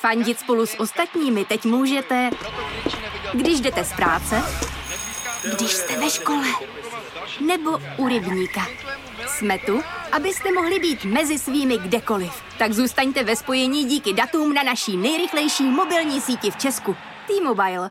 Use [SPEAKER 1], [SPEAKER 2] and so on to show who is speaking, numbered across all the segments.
[SPEAKER 1] Fandit spolu s ostatními teď můžete, když jdete z práce, když jste ve škole, nebo u rybníka. Jsme tu, abyste mohli být mezi svými kdekoliv. Tak zůstaňte ve spojení díky datům na naší nejrychlejší mobilní síti v Česku. T-Mobile.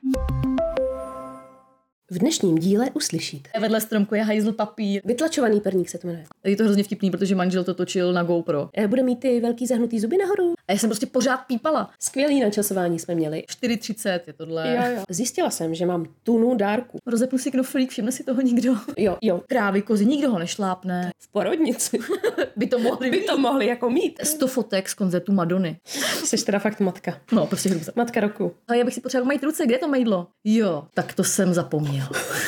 [SPEAKER 2] V dnešním díle uslyšíte.
[SPEAKER 3] Vedle stromku je hajzl papír.
[SPEAKER 2] Vytlačovaný perník se to jmenuje.
[SPEAKER 3] Je to hrozně vtipný, protože manžel to točil na GoPro.
[SPEAKER 2] Bude mít ty velký zahnutý zuby nahoru.
[SPEAKER 3] A já jsem prostě pořád pípala.
[SPEAKER 2] Skvělý načasování jsme měli.
[SPEAKER 3] 4:30 je tohle.
[SPEAKER 2] Jo. Zjistila jsem, že mám tunu dárku.
[SPEAKER 3] Rozepnu si knoflík, všimne si toho nikdo.
[SPEAKER 2] Jo.
[SPEAKER 3] Krávy, kozy, nikdo ho nešlápne.
[SPEAKER 2] V porodnici.
[SPEAKER 3] by to mohli
[SPEAKER 2] jako mít.
[SPEAKER 3] 100 fotek z koncertu Madony.
[SPEAKER 2] Jsi teda fakt matka.
[SPEAKER 3] No, prostě hrůza.
[SPEAKER 2] Matka roku.
[SPEAKER 3] A já bych si potřeboval mít ruce, kde je to mejdlo? Jo, tak to jsem zapomněl.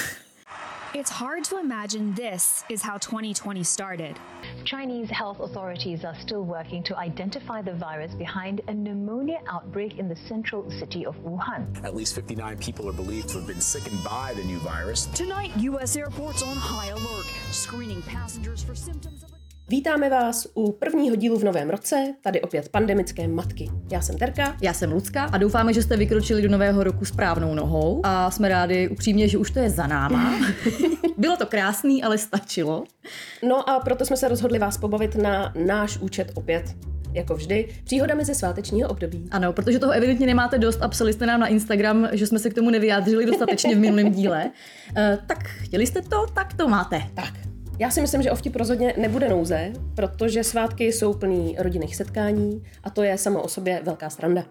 [SPEAKER 4] It's hard to imagine this is how 2020 started.
[SPEAKER 5] Chinese health authorities are still working to identify the virus behind a pneumonia outbreak in the central city of Wuhan.
[SPEAKER 6] At least 59 people are believed to have been sickened by the new virus.
[SPEAKER 4] Tonight, U.S. airports on high alert, screening passengers for symptoms of a...
[SPEAKER 2] Vítáme vás u prvního dílu v novém roce, tady opět pandemické matky. Já jsem Terka.
[SPEAKER 3] Já jsem Lucka a doufáme, že jste vykročili do nového roku správnou nohou a jsme rádi upřímně, že už to je za náma. Bylo to krásný, ale stačilo.
[SPEAKER 2] No a proto jsme se rozhodli vás pobavit na náš účet opět. Jako vždy, příhodami ze svátečního období.
[SPEAKER 3] Ano, protože toho evidentně nemáte dost a psali jste nám na Instagram, že jsme se k tomu nevyjádřili dostatečně v minulém díle. Tak chtěli jste to, tak to máte.
[SPEAKER 2] Tak. Já si myslím, že o vtip rozhodně nebude nouze, protože svátky jsou plný rodinných setkání a to je samo o sobě velká sranda.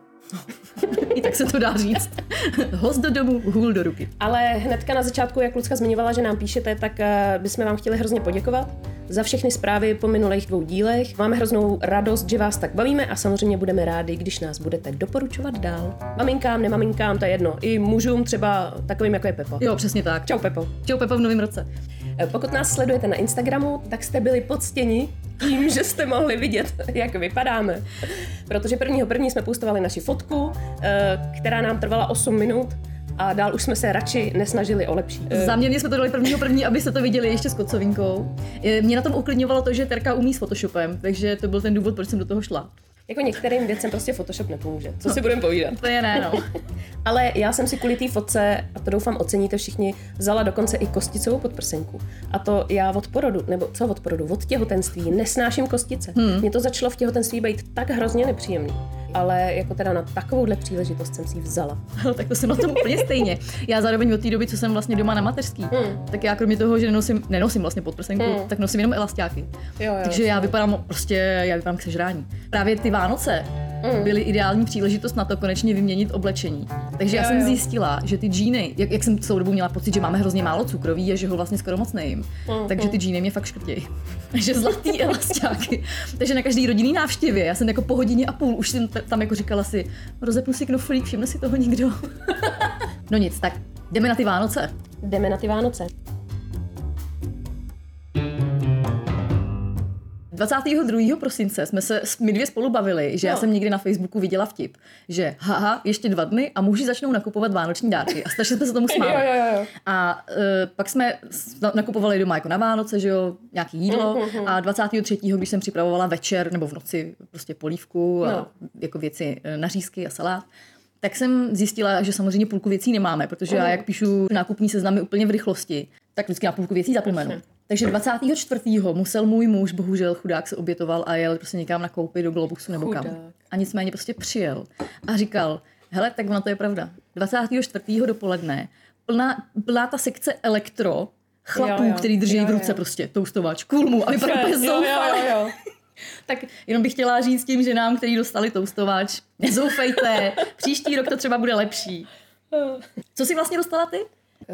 [SPEAKER 3] I tak se to dá říct. Host do domu, hůl do ruky.
[SPEAKER 2] Ale hnedka na začátku, jak Lucka zmiňovala, že nám píšete, tak bychom vám chtěli hrozně poděkovat za všechny zprávy po minulých 2 dílech. Máme hroznou radost, že vás tak bavíme a samozřejmě budeme rádi, když nás budete doporučovat dál. Maminkám, nemaminkám, to je jedno. I mužům třeba takovým, jako je Pepo.
[SPEAKER 3] Jo, přesně tak.
[SPEAKER 2] Čau Pepo.
[SPEAKER 3] Čau Pepo v novém roce.
[SPEAKER 2] Pokud nás sledujete na Instagramu, tak jste byli poctěni tím, že jste mohli vidět, jak vypadáme. Protože první jsme postovali naši fotku, která nám trvala 8 minut a dál už jsme se radši nesnažili o lepší.
[SPEAKER 3] Záměrně jsme to dali první, aby se to viděli ještě s kocovinkou. Mě na tom uklidňovalo to, že Terka umí s Photoshopem, takže to byl ten důvod, proč jsem do toho šla.
[SPEAKER 2] Jako některým věcem prostě Photoshop nepomůže. Co si budeme povídat?
[SPEAKER 3] To je ne, no.
[SPEAKER 2] Ale já jsem si kvůli té fotce, a to doufám oceníte všichni, vzala dokonce i kosticovou podprsenku. A to já od porodu, nebo co od porodu, od těhotenství nesnáším kostice. Mně to začalo v těhotenství být tak hrozně nepříjemný. Ale jako teda na takovouhle příležitost jsem si ji vzala.
[SPEAKER 3] Tak to jsem na tom úplně stejně. Já zároveň od té doby, co jsem vlastně doma na mateřský, tak já kromě toho, že nenosím vlastně podprsenku, tak nosím jenom elastáky.
[SPEAKER 2] Jo,
[SPEAKER 3] takže já vypadám k sežrání. Právě ty Vánoce byly ideální příležitost na to konečně vyměnit oblečení. Takže já jsem zjistila, že ty džíny, jak jsem celou dobu měla pocit, že máme hrozně málo cukroví a že ho vlastně skoro moc nejím. Takže ty džíny mě fakt škrtějí. Takže zlatý elastáky. Takže na každý rodinný návštěvě, já jsem jako po hodině a půl už jsem tam jako říkala si, rozepnu si knoflík, všimne si toho nikdo. No nic, tak jdeme na ty Vánoce.
[SPEAKER 2] Jdeme na ty Vánoce.
[SPEAKER 3] 22. prosince jsme se my dvě spolu bavili, že já jsem někdy na Facebooku viděla vtip, že ještě 2 dny a muži začnou nakupovat vánoční dárky a strašně jsme se tomu smáli.
[SPEAKER 2] Jo.
[SPEAKER 3] A pak jsme nakupovali doma jako na Vánoce, že jo, nějaký jídlo a 23. když jsem připravovala večer nebo v noci prostě polívku a jako věci na řízky a salát, tak jsem zjistila, že samozřejmě půlku věcí nemáme, protože já jak píšu nákupní seznamy úplně v rychlosti, tak vždycky na půlku věcí zapomenu. Takže 24. musel můj muž, bohužel chudák, se obětoval a jel prostě někam nakoupit do Globusu nebo kam. A nicméně prostě přijel a říkal, hele, tak ono to je pravda. 24. dopoledne plná ta sekce elektro chlapů, který drží v ruce prostě toustovač, kulmu a vypadá úplně zoufale. Tak jenom bych chtěla říct tím ženám, kteří dostali toustovač, nezoufejte, příští rok to třeba bude lepší. Co jsi vlastně dostala ty?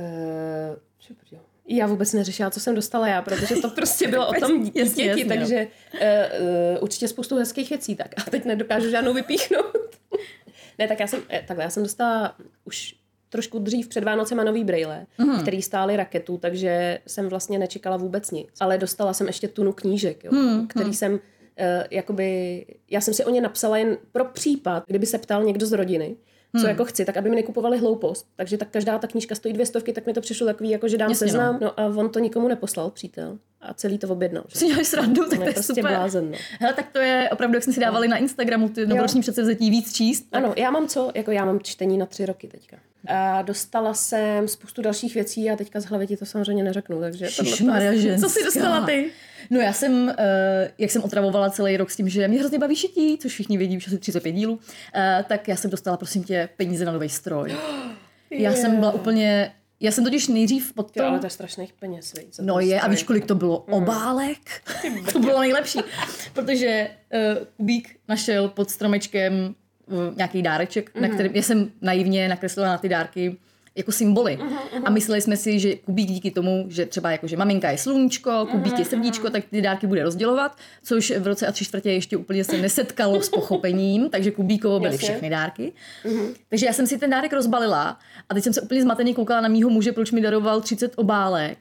[SPEAKER 2] Já vůbec neřešila, co jsem dostala já, protože to prostě bylo o tom dítěti, takže určitě spoustu hezkých věcí, tak a teď nedokážu žádnou vypíchnout. Ne, tak já jsem dostala už trošku dřív před Vánocema nový brejle, který stály raketu, takže jsem vlastně nečekala vůbec nic. Ale dostala jsem ještě tunu knížek, který jsem jakoby, já jsem si o ně napsala jen pro případ, kdyby se ptal někdo z rodiny, co jako chci, tak aby mi nekupovali hloupost. Takže tak každá ta knížka stojí 200, tak mi to přišlo takový, jako že dám seznam. No a on to nikomu neposlal, přítel. A celý to objednal.
[SPEAKER 3] Si děláš srandu, tak to je
[SPEAKER 2] prostě
[SPEAKER 3] super.
[SPEAKER 2] blázen, no.
[SPEAKER 3] Hele, tak to je opravdu, jak jsme si dávali na Instagramu ty novoroční předsevzetí víc číst. Tak...
[SPEAKER 2] Ano, já mám čtení na 3 roky teďka. A dostala jsem spoustu dalších věcí a teďka z hlavy ti to samozřejmě neřeknu, takže
[SPEAKER 3] co jsi dostala ty? No já jsem, jak jsem otravovala celý rok s tím, že mě hrozně baví šití, což všichni vědí, už asi 35 dílů, tak já jsem dostala, prosím tě, peníze na nový stroj. Já jsem byla úplně... Já jsem totiž nejdřív potom...
[SPEAKER 2] Ale to je strašných peněz, víc.
[SPEAKER 3] No je, a víš, kolik to bylo obálek? To bylo nejlepší, protože Kubík našel pod stromečkem nějaký dáreček, na kterém já jsem naivně nakreslila na ty dárky jako symboly. A mysleli jsme si, že Kubík díky tomu, že třeba jako, že maminka je sluníčko, Kubík je srdíčko, tak ty dárky bude rozdělovat, což v roce a 3/4 ještě úplně se nesetkalo s pochopením, takže Kubíkovo byly všechny dárky. Takže já jsem si ten dárek rozbalila a teď jsem se úplně zmateně koukala na mýho muže, proč mi daroval 30 obálek.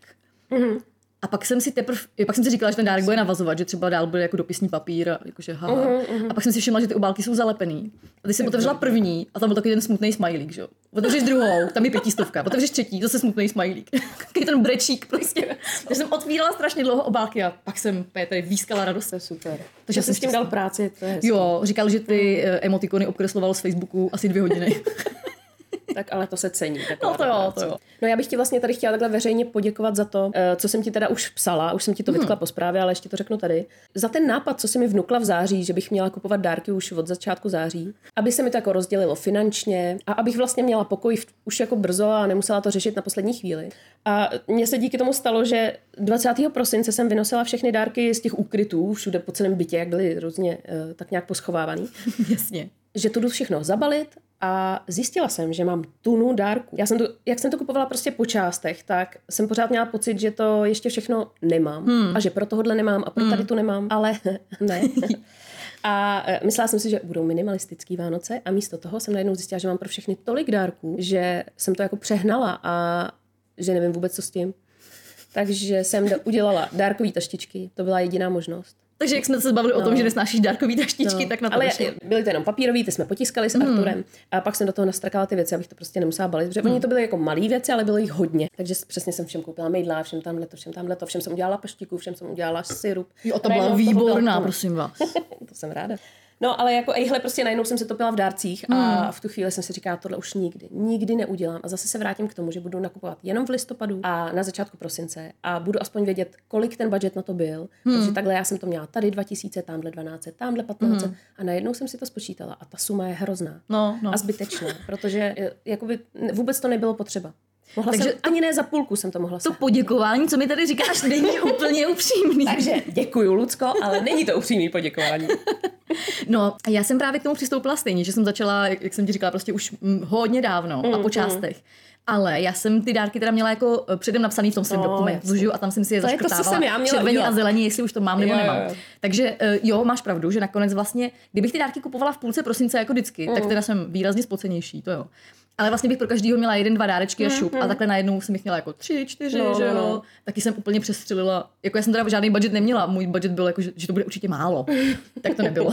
[SPEAKER 3] A pak jsem si říkala, že ten dárek bude navazovat, že třeba dál bude jako dopisní papír a jakože haha. A pak jsem si všimla, že ty obálky jsou zalepený. A teď jsem otevřela první a tam byl takový ten smutný smajlík, že jo. Otevřeš druhou, tam je 500, otevřeš třetí, zase smutný smajlík. Takový ten brečík prostě. Takže jsem otvírala strašně dlouho obálky a pak jsem tady výskala radost.
[SPEAKER 2] To je super.
[SPEAKER 3] Takže
[SPEAKER 2] jsem s tím dal práci, to je hezký.
[SPEAKER 3] Jo, říkal, že ty emotikony obkresloval z Facebooku asi 2 hodiny.
[SPEAKER 2] Tak ale to se cení.
[SPEAKER 3] No to jo.
[SPEAKER 2] No já bych ti vlastně tady chtěla takhle veřejně poděkovat za to, co jsem ti teda už psala, už jsem ti to vytkla po zprávě, ale ještě to řeknu tady. Za ten nápad, co si mi vnukla v září, že bych měla kupovat dárky už od začátku září, aby se mi to jako rozdělilo finančně a abych vlastně měla pokoj už jako brzo a nemusela to řešit na poslední chvíli. A mně se díky tomu stalo, že 20. prosince jsem vynosila všechny dárky z těch úkrytů všude po celém bytě, jak byly různě tak nějak poschovávaný.
[SPEAKER 3] Jasně.
[SPEAKER 2] Že tu jdu všechno zabalit a zjistila jsem, že mám tunu dárků. Jak jsem to kupovala prostě po částech, tak jsem pořád měla pocit, že to ještě všechno nemám a že pro tohohle nemám a pro tady tu nemám, ale ne. A myslela jsem si, že budou minimalistický Vánoce a místo toho jsem najednou zjistila, že mám pro všechny tolik dárků, že jsem to jako přehnala a že nevím vůbec, co s tím. Takže jsem udělala dárkový taštičky, to byla jediná možnost.
[SPEAKER 3] Takže jak jsme se bavili o tom, že nesnášíš dárkový taštičky, tak na to
[SPEAKER 2] ale byly to jenom papírový, ty jsme potiskali s Arturem a pak jsem do toho nastrkala ty věci, abych to prostě nemusela balit, protože oni to byly jako malý věci, ale bylo jich hodně. Takže přesně jsem všem koupila mejdla, všem tamhleto, všem jsem udělala paštiku, všem jsem udělala syrup.
[SPEAKER 3] Jo, to byla výborná, prosím vás.
[SPEAKER 2] To jsem ráda. No, ale jako ejhle, prostě najednou jsem se topila v dárcích a v tu chvíli jsem si říkala, tohle už nikdy neudělám a zase se vrátím k tomu, že budu nakupovat jenom v listopadu a na začátku prosince a budu aspoň vědět, kolik ten budget na to byl. Takže takhle já jsem to měla tady 2000, tamhle 1200, tamhle 1500 a najednou jsem si to spočítala a ta suma je hrozná a zbytečná, protože jakoby vůbec to nebylo potřeba. Takže ani ne za půlku jsem to mohla
[SPEAKER 3] to poděkování, co mi tady říkáš, není úplně upřímný.
[SPEAKER 2] Takže děkuju, Lucko, ale není to upřímný poděkování.
[SPEAKER 3] No, já jsem právě k tomu přistoupila stejně, že jsem začala, jak jsem ti říkala, prostě už hodně dávno a po částech. Ale já jsem ty dárky teda měla jako předem napsaný v tom svém dokumentu a tam jsem si je zaškrtávala červený a zelení, jestli už to mám nebo nemám. Takže jo, máš pravdu, že nakonec vlastně, kdybych ty dárky kupovala v půlce prosince jako vždycky, tak teda jsem výrazně spocenější, to jo. Ale vlastně bych pro každýho měla 1, 2 dárečky a šup a takhle najednou jsem jich měla jako 3, 4, že jo. Taky jsem úplně přestřelila. Jako já jsem teda žádný budget neměla, můj budget byl jako, že to bude určitě málo. Tak to nebylo.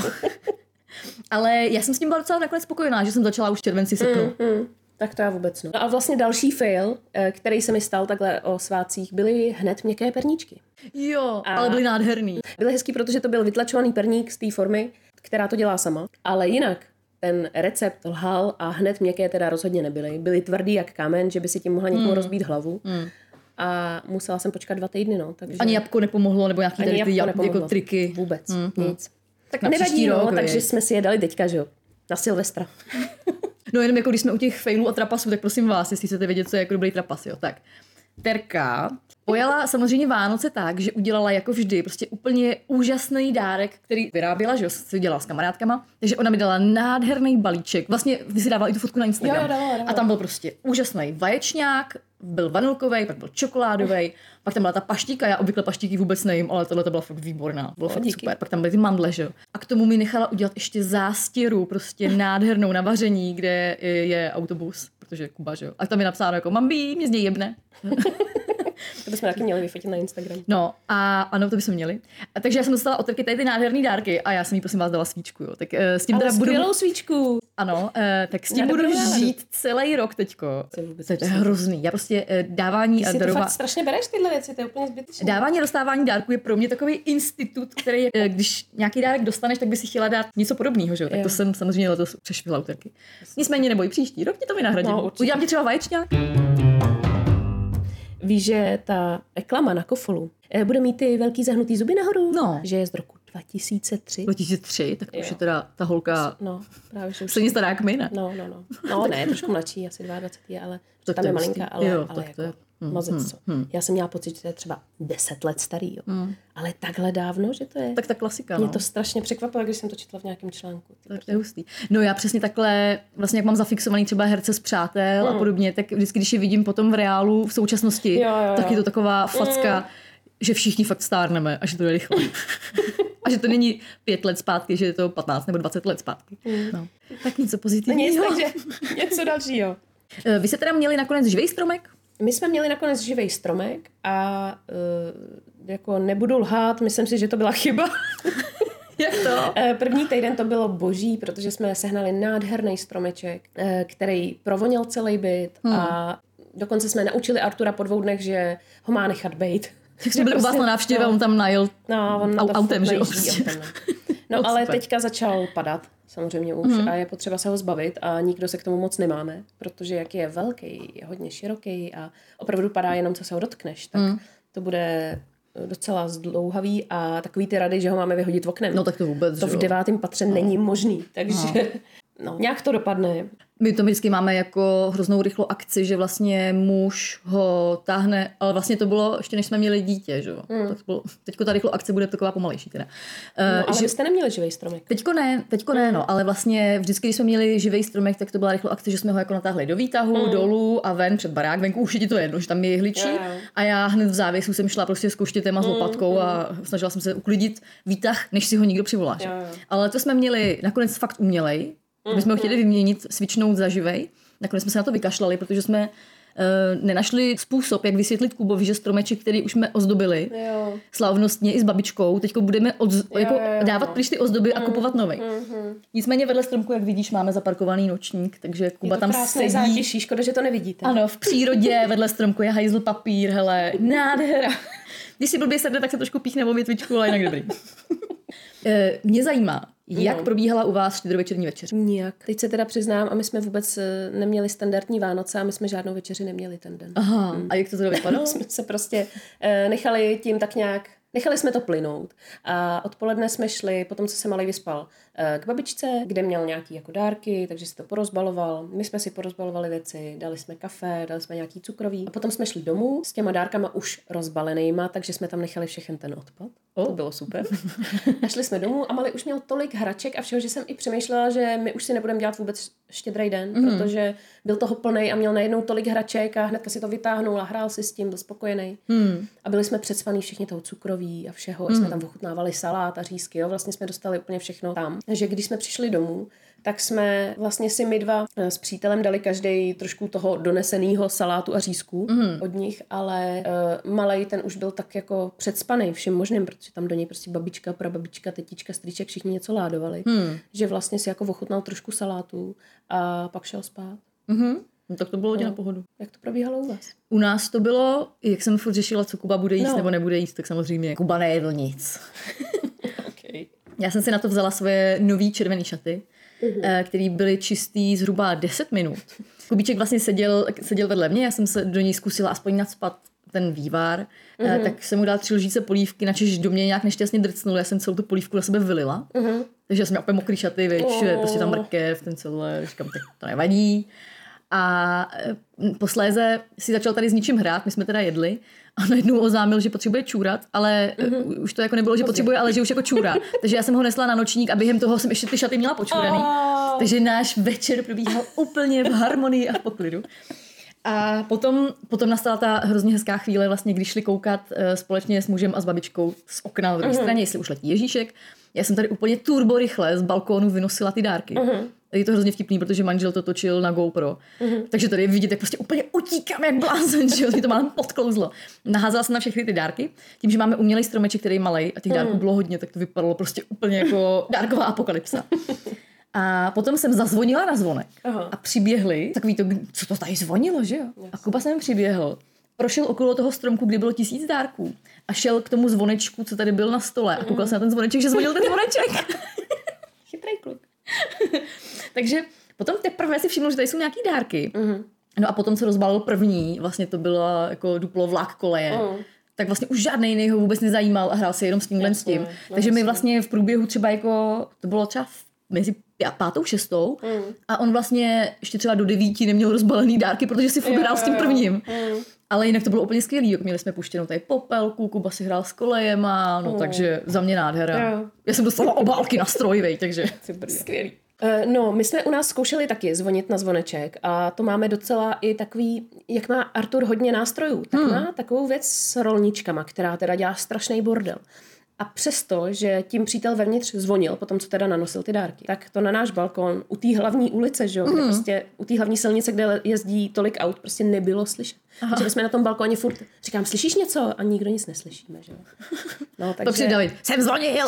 [SPEAKER 3] Ale já jsem s tím byla docela nakonec spokojená, že jsem začala už v červenci srpnu.
[SPEAKER 2] Tak to já vůbec no. A vlastně další fail, který se mi stal takhle o svátcích, byly hned měkké perníčky.
[SPEAKER 3] Jo, ale byly nádherný.
[SPEAKER 2] Byly hezký, protože to byl vytlačovaný perník z té formy, která to dělá sama. Ale jinak ten recept lhal a hned měkké teda rozhodně nebyly. Byly tvrdý jak kámen, že by si tím mohla někomu rozbít hlavu. A musela jsem počkat 2 týdny, no. Takže...
[SPEAKER 3] Ani jabko nepomohlo, nebo nějaký tady ty jako triky.
[SPEAKER 2] Vůbec, nic.
[SPEAKER 3] Tak na
[SPEAKER 2] nevadí,
[SPEAKER 3] rok,
[SPEAKER 2] takže jsme si je dali teďka, že jo. Na Silvestra.
[SPEAKER 3] No jenom jako když jsme u těch failů a trapasů, tak prosím vás, jestli chcete vědět, co je jako dobrý trapas, jo. Tak, Terka pojala samozřejmě Vánoce tak, že udělala jako vždy prostě úplně úžasný dárek, který vyráběla, že jo, si dělala s kamarádkama, takže ona mi dala nádherný balíček. Vlastně ty si dávala i tu fotku na Instagram.
[SPEAKER 2] Jo, dala.
[SPEAKER 3] A tam byl prostě úžasný vaječňák, byl vanilkový, pak byl čokoládový, pak tam byla ta paštíka, já obvykle paštíky vůbec nejím, ale tohle to byla fakt výborná, bylo fakt super. Pak tam byly ty mandle, že jo. A k tomu mi nechala udělat ještě zástěru, prostě nádhernou na vaření, kde je autobus, protože Kuba, že jo. A tam je napsáno jako mambí, mě z něj jebne.
[SPEAKER 2] To bychom taky měli vyfotit na Instagram.
[SPEAKER 3] No a ano, to bychom měli. A takže já jsem dostala od Terky tady ty nádherný dárky a já jsem jí prosím vás dala svíčku. Jo. Tak s tím
[SPEAKER 2] ale
[SPEAKER 3] teda budu...
[SPEAKER 2] skvělou svíčku.
[SPEAKER 3] Ano, tak s tím budu žít celý rok teďko. To je hrozný. Já prostě dávání a
[SPEAKER 2] darování. Ty
[SPEAKER 3] darová...
[SPEAKER 2] fakt strašně bereš tyhle věci, to je úplně zbytečné.
[SPEAKER 3] Dávání a dostávání dárků je pro mě takový institut, který když nějaký dárek dostaneš, tak by si chtěla dát něco podobného, že jo? Tak to jsem samozřejmě letos přešvihla u Terky. Nicméně neboj, příští rok ti to vynahradím.
[SPEAKER 2] No,
[SPEAKER 3] udělám ti třeba vaječňák.
[SPEAKER 2] Víš, že ta reklama na Kofolu bude mít ty velký zahnutý zuby nahoru?
[SPEAKER 3] No.
[SPEAKER 2] Že je z roku 2003.
[SPEAKER 3] 2003, tak to už je teda ta holka
[SPEAKER 2] No, právě, že už...
[SPEAKER 3] stejně stará jak my, ne?
[SPEAKER 2] No, ne, trošku mladší, asi 22, ale
[SPEAKER 3] Tak
[SPEAKER 2] tam
[SPEAKER 3] to
[SPEAKER 2] je
[SPEAKER 3] je
[SPEAKER 2] malinká,
[SPEAKER 3] hustý.
[SPEAKER 2] ale,
[SPEAKER 3] Jo,
[SPEAKER 2] ale
[SPEAKER 3] tak
[SPEAKER 2] jako
[SPEAKER 3] to je-
[SPEAKER 2] mazec, co. Já jsem měla pocit, že to je třeba 10 let starý, jo. Ale takhle dávno, že to je...
[SPEAKER 3] Tak ta klasika,
[SPEAKER 2] Mě
[SPEAKER 3] no.
[SPEAKER 2] to strašně překvapilo, když jsem to četla v nějakém článku.
[SPEAKER 3] To je hustý. No já přesně takhle, vlastně jak mám zafixovaný třeba herce z Přátel a podobně, tak vždycky, když je vidím potom v reálu v současnosti,
[SPEAKER 2] Jo.
[SPEAKER 3] tak je to taková facka, že všichni fakt stárneme a že to je rychle. A že to není 5 let zpátky, že je to 15 nebo 20 let zpátky. No. Tak něco
[SPEAKER 2] Nic,
[SPEAKER 3] pozitivního.
[SPEAKER 2] takže něco dalšího.
[SPEAKER 3] Vy jste teda měli nakonec živej stromek?
[SPEAKER 2] My jsme měli nakonec živej stromek a jako nebudu lhát, myslím si, že to byla chyba.
[SPEAKER 3] Jak to?
[SPEAKER 2] První týden to bylo boží, protože jsme sehnali nádherný stromeček, který provonil celý byt a dokonce jsme naučili Artura po 2 dnech, že ho má nechat bejt.
[SPEAKER 3] Tak jste byli u vás na návštěvě, on tam najel
[SPEAKER 2] on na to
[SPEAKER 3] autem, že jo?
[SPEAKER 2] nejíždí autem, no ale
[SPEAKER 3] Super.
[SPEAKER 2] teďka začal padat, samozřejmě už, a je potřeba se ho zbavit a nikdo se k tomu moc nemáme, protože jak je velký, je hodně široký a opravdu padá jenom, co se ho dotkneš, tak to bude docela zdlouhavý a takový ty rady, že ho máme vyhodit oknem.
[SPEAKER 3] No tak to vůbec,
[SPEAKER 2] To
[SPEAKER 3] že
[SPEAKER 2] v
[SPEAKER 3] jo.
[SPEAKER 2] 9. patře není možný, takže nějak to dopadne.
[SPEAKER 3] My to vždycky máme jako hroznou rychlou akci, že vlastně muž ho táhne, ale vlastně to bylo ještě než jsme měli dítě, že jo. Tak to bylo, teďko ta rychlou akce bude taková pomalejší teda.
[SPEAKER 2] No, ale vy jste neměli živej stromek.
[SPEAKER 3] Teďko ne, no, ale vlastně vždycky, když jsme měli živej stromek, tak to byla rychlou akce, že jsme ho jako natáhli do výtahu, dolů a ven před barák, venku už je ti to jedno, že tam je jehličí.
[SPEAKER 2] Jo.
[SPEAKER 3] A já hned v závěsu jsem šla prostě s koštětem a s lopatkou a snažila jsem se uklidit výtah, než si ho někdo přivolá. Že?
[SPEAKER 2] Jo.
[SPEAKER 3] Ale to jsme měli nakonec fakt umělej. My jsme ho chtěli vyměnit, switchnout za živej. Nakonec jsme se na to vykašlali, protože jsme nenašli způsob, jak vysvětlit Kubovi, že stromeček, který už jsme ozdobili slavnostně i s babičkou, teďko budeme dávat pryč ty ozdoby a kupovat novej. Nicméně vedle stromku, jak vidíš, máme zaparkovaný nočník, takže Kuba tam sedí.
[SPEAKER 2] Zátěží, škoda, že to nevidíte.
[SPEAKER 3] Ano, v přírodě vedle stromku je hajzl papír, hele, nádhera. Když si blbě sedne, tak se trošku píchne o větvičku, ale jinak dobrý. Mě zajímá, jak probíhala u vás štědrovečerní večeře?
[SPEAKER 2] Nijak. Teď se teda přiznám, a my jsme vůbec neměli standardní Vánoce a my jsme žádnou večeři neměli ten den.
[SPEAKER 3] Aha, a jak to teda vypadalo?
[SPEAKER 2] Jsme se prostě nechali tím tak nějak, nechali jsme to plynout. A odpoledne jsme šli, potom co se malej vyspal, k babičce, kde měl nějaký jako dárky, takže si to porozbaloval. My jsme si porozbalovali věci, dali jsme kafe, dali jsme nějaký cukroví. A potom jsme šli domů s těma dárkama už rozbalenýma, takže jsme tam nechali všechen ten odpad. To bylo super. A šli jsme domů a malý už měl tolik hraček a všeho, že jsem i přemýšlela, že my už si nebudeme dělat vůbec štědrý den, protože byl toho plnej a měl najednou tolik hraček a hnedka si to vytáhnul a hrál si s tím, byl spokojený. A byli jsme předspaný všichni toho cukroví a všeho. Jsme tam ochutnávali salát a řízky, jo, vlastně jsme dostali úplně všechno tam. Takže když jsme přišli domů, tak jsme vlastně si my dva s přítelem dali každý trošku toho doneseného salátu a řízků od nich, ale malej ten už byl tak jako předspaný všem možným, protože tam do něj prostě babička, prababička, tetička, strýček, všichni něco ládovali, že vlastně si jako ochutnal trošku salátu a pak šel spát.
[SPEAKER 3] No, tak to bylo hodně na pohodu.
[SPEAKER 2] Jak to probíhalo u vás?
[SPEAKER 3] U nás to bylo, jak jsem furt řešila, co Kuba bude jíst nebo nebude jíst, tak samozřejmě Kuba nejedl nic.
[SPEAKER 2] Okay.
[SPEAKER 3] Já jsem si na to vzala svoje nový červený šaty, který byly čistý zhruba 10 minut. Kubíček vlastně seděl vedle mě, já jsem se do něj zkusila aspoň nacpat ten vývar, tak jsem mu dala 3 lžíce polívky, načež do mě nějak nešťastně drcnul, já jsem celou tu polívku na sebe vylila, takže já jsem měla úplně mokrý šaty, prostě tam mrkev, ten celé, říkám, tak to nevadí. A posléze si začal tady s ničím hrát, my jsme teda jedli a najednou oznámil, že potřebuje čůrat, ale už to jako nebylo, že potřebuje, ale že už jako čůrá. Takže já jsem ho nesla na nočník a během toho jsem ještě ty šaty měla počůraný. Takže náš večer probíhal úplně v harmonii a v poklidu. A potom nastala ta hrozně hezká chvíle, vlastně, když šli koukat společně s mužem a s babičkou z okna na druhé straně, jestli už letí Ježíšek. Já jsem tady úplně turbo rychle z balkónu vynosila ty dárky. Je to hrozně vtipný, protože manžel to točil na GoPro. Takže tady je vidět, jak prostě úplně utíkám jak blázen, že jo, mi to málem podklouzlo. Naházela jsem na všechny ty dárky. Tím, že máme umělej stromeček, který je malej a těch dárků bylo hodně, tak to vypadalo prostě úplně jako dárková apokalypsa. A potom jsem zazvonila na zvonek a přiběhli, takový to, co to tady zvonilo, že jo? A Kuba jsem přiběhl, prošel okolo toho stromku, kde bylo 1000 dárků a šel k tomu zvonečku, co tady byl na stole a koukal jsem na ten zvoneček, že zvonil ten zvoneček.
[SPEAKER 2] Chytrý kluk.
[SPEAKER 3] Takže potom teprve si všiml, že tady jsou nějaký dárky. No a potom se rozbalil první, vlastně to bylo jako duplo vlak koleje. Tak vlastně už žádnej jiný ho vůbec nezajímal a hrál si jenom s tímhle s tím. Takže my vlastně v průběhu třeba jako, to bylo třeba mezi 5. a 6. A on vlastně ještě třeba do 9 neměl rozbalený dárky, protože si furt hrál s tím prvním. Ale jinak to bylo úplně skvělý, jako měli jsme puštěnou tady popelku, Kuba si hrál s kolejema, no takže za mě nádhera. Já jsem dostala obálky na stroj, takže skvělý.
[SPEAKER 2] No, my jsme u nás zkoušeli taky zvonit na zvoneček a to máme docela i takový, jak má Artur hodně nástrojů, tak má takovou věc s rolničkama, která teda dělá strašný bordel. A přesto, že tím přítel vevnitř zvonil, potom co teda nanosil ty dárky, tak to na náš balkon u té hlavní ulice, že jo, kde prostě u té hlavní silnice, kde jezdí tolik aut, prostě nebylo slyšet. Takže jsme na tom balkoně furt, říkám, slyšíš něco? A nikdo nic neslyšíme, že jo. No, takže...
[SPEAKER 3] To přijde David, jsem zvonil!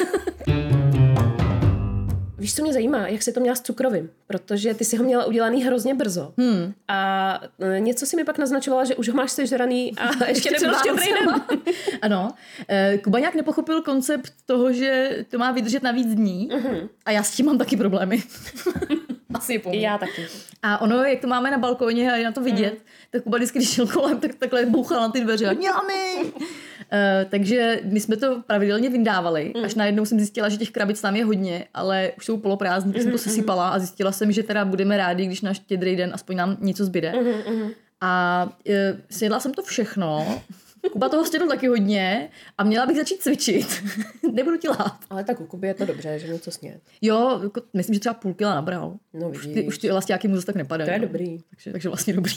[SPEAKER 2] Víš, co mě zajímá, jak jsi to měla s cukrovým, protože ty si ho měla udělaný hrozně brzo. A něco si mi pak naznačovala, že už ho máš sežraný a ještě nebyl štědrý den.
[SPEAKER 3] Ano. Kuba nějak nepochopil koncept toho, že to má vydržet na víc dní a já s tím mám taky problémy. Asi pomůžu.
[SPEAKER 2] Já taky.
[SPEAKER 3] A ono, jak to máme na balkóně a je na to vidět, tak Kuba vždycky, když šel kolem, tak takhle bouchal na ty dveře a ňami! Takže my jsme to pravidelně vyndávali, až najednou jsem zjistila, že těch krabic tam je hodně, ale už jsou poloprázdní, tak jsem to sesypala a zjistila jsem, že teda budeme rádi, když na štědrý den aspoň nám něco zbyde. A snědla jsem to všechno. Kuba toho snědl taky hodně a měla bych začít cvičit. Nebudu ti lhát.
[SPEAKER 2] Ale tak u Kuby je to dobře, že něco sněd.
[SPEAKER 3] Jo, jako, myslím, že třeba 0,5 kila nabral.
[SPEAKER 2] No,
[SPEAKER 3] už ty elastiáky mu zase tak nepadají.
[SPEAKER 2] To je dobrý.
[SPEAKER 3] Takže vlastně dobrý.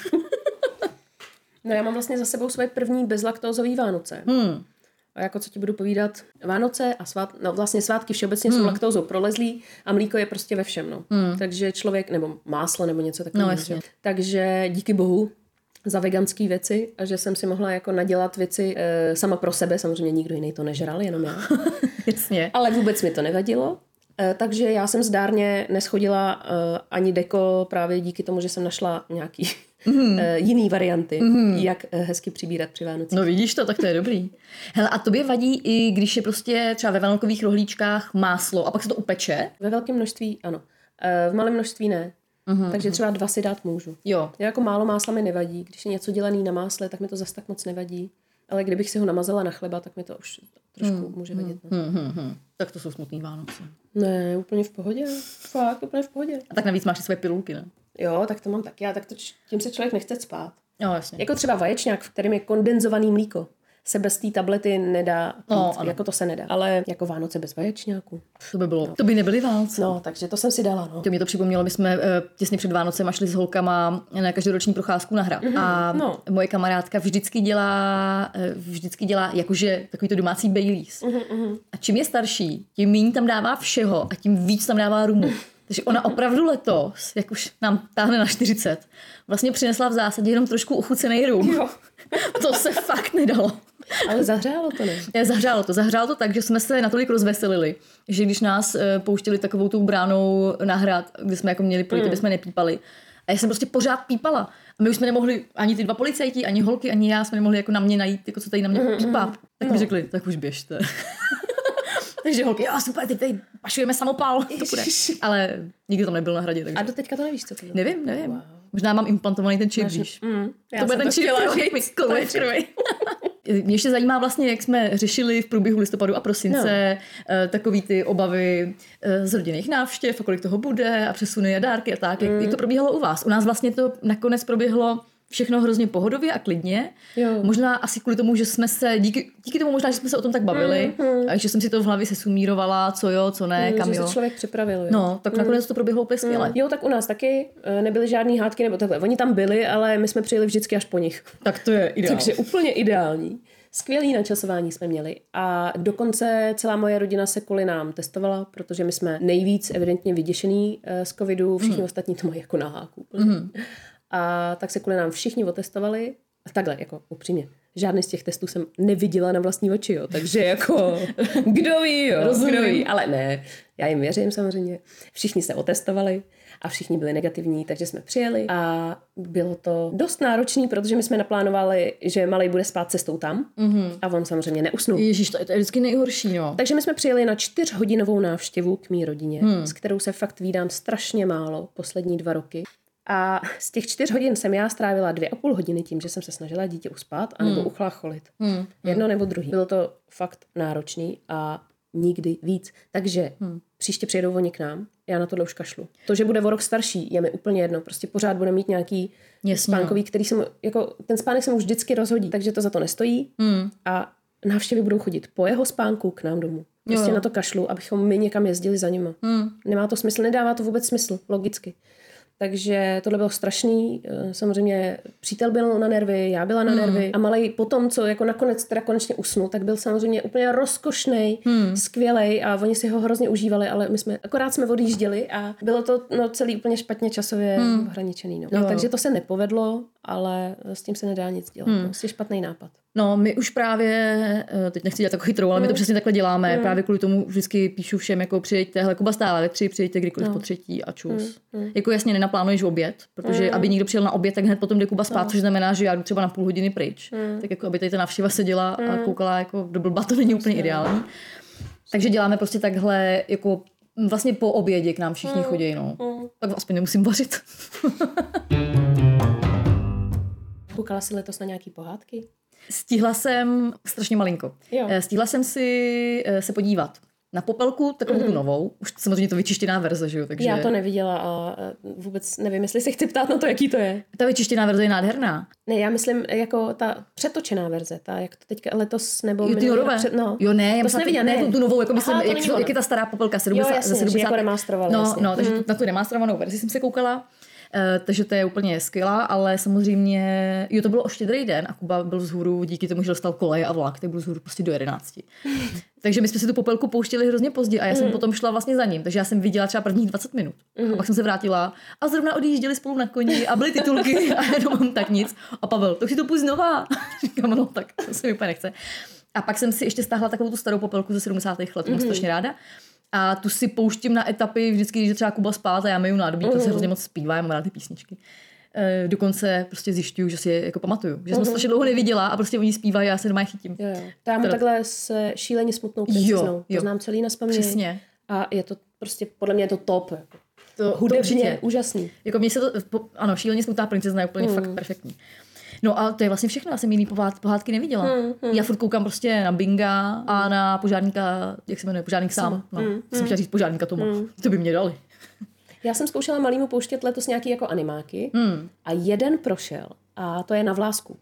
[SPEAKER 2] No já mám vlastně za sebou své první bezlaktózový Vánoce. A jako co ti budu povídat, Vánoce a vlastně svátky všeobecně jsou laktózou prolezlý a mlíko je prostě ve všem. No. Takže člověk, nebo máslo, nebo něco takového.
[SPEAKER 3] No,
[SPEAKER 2] takže díky bohu za veganské věci a že jsem si mohla jako nadělat věci sama pro sebe, samozřejmě nikdo jiný to nežral, jenom já.
[SPEAKER 3] Jasně.
[SPEAKER 2] Ale vůbec mi to nevadilo. Takže já jsem zdárně neschodila ani deko právě díky tomu, že jsem našla nějaký jiný varianty, jak hezky přibírat při Vánocích.
[SPEAKER 3] No vidíš to, tak to je dobrý. Hele, a tobě vadí i když je prostě třeba ve velkových rohlíčkách máslo a pak se to upeče?
[SPEAKER 2] Ve velkém množství ano. V malém množství ne. Takže třeba 2 si dát můžu.
[SPEAKER 3] Jo.
[SPEAKER 2] Já jako málo másla mi nevadí. Když je něco dělaný na másle, tak mi to zas tak moc nevadí. Ale kdybych si ho namazala na chleba, tak mi to už trošku může vadit.
[SPEAKER 3] Tak to jsou smutný Vánoce.
[SPEAKER 2] Ne, úplně v pohodě. Fakt, úplně v pohodě.
[SPEAKER 3] A tak navíc máš své pilulky, ne?
[SPEAKER 2] Jo, tak to mám taky. Já tak tím se člověk nechce spát.
[SPEAKER 3] Jo, jasně.
[SPEAKER 2] Jako třeba vaječňák, v kterém je kondenzovaný mlíko. Se bez té tablety nedá pít, jako to se nedá. Ale jako Vánoce bez vaječňáku.
[SPEAKER 3] To by bylo. No. To by nebyly Vánoce.
[SPEAKER 2] No, takže to jsem si dala, no.
[SPEAKER 3] To mě to připomnělo, my jsme těsně před Vánocem šli s holkama na každoroční procházku na hrad. A moje kamarádka vždycky dělá jakože takový to domácí Baileys. A čím je starší, tím méně tam dává všeho a tím víc tam dává rumu. Takže ona opravdu letos, jak už nám táhne na 40, vlastně přinesla v zásadě jenom trošku uchucený rum. Jo. To se fakt nedalo.
[SPEAKER 2] Ale zahřálo to, ne?
[SPEAKER 3] Zahřálo to tak, že jsme se natolik rozveselili, že když nás pouštěli takovou tou bránou na hrad, kde jsme jako měli projít, aby jsme nepípali. A já jsem prostě pořád pípala. A my už jsme nemohli, ani ty 2 policajti, ani holky, ani já jsme nemohli jako na mě najít, jako co tady na mě pípá. Tak mi řekli, tak už běžte. Takže holky, jo, super, teď tady pašujeme samopál, to bude. Ale nikdo tam nebyl na hradě. Takže...
[SPEAKER 2] A do teďka to nevíš, co to je?
[SPEAKER 3] Nevím. Wow. Možná mám implantovaný ten čip, víš. To bude ten čip, který mě ještě zajímá vlastně, jak jsme řešili v průběhu listopadu a prosince takový ty obavy z rodinných návštěv a kolik toho bude a přesuny a dárky a tak. Jak to probíhalo u vás? U nás vlastně to nakonec proběhlo všechno hrozně pohodově a klidně. Jo. Možná asi kvůli tomu, že jsme se, díky tomu možná, že jsme se o tom tak bavili a že jsem si to v hlavě sesumírovala, co jo, co ne, kam
[SPEAKER 2] že
[SPEAKER 3] jo.
[SPEAKER 2] se člověk připravil. Jo.
[SPEAKER 3] No, tak nakonec to proběhlo úplně skvěle.
[SPEAKER 2] Jo, tak u nás taky nebyly žádný hádky nebo takhle. Oni tam byli, ale my jsme přijeli vždycky až po nich.
[SPEAKER 3] Tak to je ideální.
[SPEAKER 2] Takže úplně ideální. Skvělý načasování jsme měli a dokonce celá moje rodina se kvůli nám testovala, protože my jsme nejvíc evidentně vyděšený z covidu, všichni ostatní to mají jako na háku. A tak se kvůli nám všichni otestovali. Takhle, jako upřímně. Žádný z těch testů jsem neviděla na vlastní oči, jo. Takže jako, kdo ví, jo. Kdo ví, ale ne. Já jim věřím samozřejmě. Všichni se otestovali a všichni byli negativní, takže jsme přijeli a bylo to dost náročný, protože my jsme naplánovali, že malej bude spát cestou tam a on samozřejmě neusnul.
[SPEAKER 3] Ježíš, to je vždycky nejhorší, no.
[SPEAKER 2] Takže my jsme přijeli na 4hodinovou návštěvu k mý rodině, s kterou se fakt vídám strašně málo poslední 2 roky. A z těch 4 hodin jsem já strávila 2,5 hodiny tím, že jsem se snažila dítě uspat anebo uchlácholit. Jedno nebo druhý. Bylo to fakt náročný a nikdy víc. Takže příště přijedou oni k nám, já na tohle už kašlu. To, že bude o rok starší, je mi úplně jedno. Prostě pořád bude mít nějaký spánkový, který se mu, jako ten spánek se mu vždycky rozhodí, takže to za to nestojí. A návštěvy budou chodit po jeho spánku k nám domů. Prostě na to kašlu, abychom my někam jezdili za nima. Nemá to smysl, nedává to vůbec smysl, logicky. Takže tohle bylo strašný. Samozřejmě přítel byl na nervy, já byla na nervy. A malej potom, co jako nakonec teda konečně usnul, tak byl samozřejmě úplně rozkošnej, skvělej a oni si ho hrozně užívali, ale my jsme akorát odjížděli a bylo to celý úplně špatně časově ohraničený. No, takže to se nepovedlo, ale s tím se nedá nic dělat. Prostě špatný nápad.
[SPEAKER 3] No, my už právě, teď nechci dělat takovou chytrou, ale my to přesně takhle děláme. Právě kvůli tomu vždycky píšu všem, jako přijďte, hele, Kuba stála ve 3, přijďte kdykoliv po 3 a čus. Jako jasně nenaplánuješ oběd, protože aby někdo přijel na oběd, tak hned potom jde Kuba spát, což znamená, že já jdu třeba na půl hodiny pryč. Tak jako aby tady ta návštěva seděla a koukala jako do blba, to není úplně ideální. Takže děláme prostě takhle, jako vlastně po obědě k nám všichni chodí, no. Tak aspoň nemusím vařit.
[SPEAKER 2] Koukala jsi letos na nějaký pohádky?
[SPEAKER 3] Stihla jsem strašně malinko. Stihla jsem si se podívat na Popelku, takovou tu novou. Už samozřejmě to vyčištěná verze, že jo? Takže...
[SPEAKER 2] Já to neviděla a vůbec nevím, jestli se chci ptát na to, jaký to je.
[SPEAKER 3] Ta vyčištěná verze je nádherná.
[SPEAKER 2] Ne, já myslím jako ta přetočená verze, ta jak to teďka letos nebo
[SPEAKER 3] ty norové. Jo, ne, já
[SPEAKER 2] to neviděla, ne.
[SPEAKER 3] Tu novou, jako myslím, jak je ta stará Popelka, 70.
[SPEAKER 2] Jo, jasně, že jako remasterovaná.
[SPEAKER 3] No, takže na tu remasterovanou verzi jsem se koukala. Takže to je úplně skvělá, ale samozřejmě, to bylo o Štědrý den a Kuba byl vzhůru díky tomu, že dostal kolej a vlak, tak byl vzhůru prostě do 11. Takže my jsme si tu Popelku pouštěli hrozně pozdě a já jsem potom šla vlastně za ním, takže já jsem viděla třeba prvních 20 minut. A pak jsem se vrátila a zrovna odjížděli spolu na koni a byly titulky a jenom tak nic. A Pavel, to si to půjď znova. Říkám, no tak to se mi úplně nechce. A pak jsem si ještě stáhla takovou tu starou Popelku ze 70. let, mám strašně ráda. A tu si pouštím na etapy vždycky, když je třeba Kuba spát a já mají nádobí, to se hrozně moc zpívá, já mám rád ty písničky. Dokonce prostě zjišťuju, že si je jako pamatuju. Že jsem strašně dlouho neviděla a prostě oni zpívají a já se doma je chytím.
[SPEAKER 2] Jo. To já mám takhle s Šíleně smutnou princeznou. To znám celý nazpaměť.
[SPEAKER 3] Přesně.
[SPEAKER 2] A je to prostě, podle mě je to top.
[SPEAKER 3] To
[SPEAKER 2] hudebně úžasný.
[SPEAKER 3] Jako mně se to, ano, Šíleně smutná princezna je úplně fakt perfektní. No a to je vlastně všechno, já jsem jiný pohádky neviděla. Já furt koukám prostě na Binga a na požárníka, jak se jmenuje, požárník sám. No, jsem chtěla říct požárníka Toma. To by mě dali.
[SPEAKER 2] Já jsem zkoušela malýmu pouštět letos nějaký jako animáky a jeden prošel a to je Na vlásku.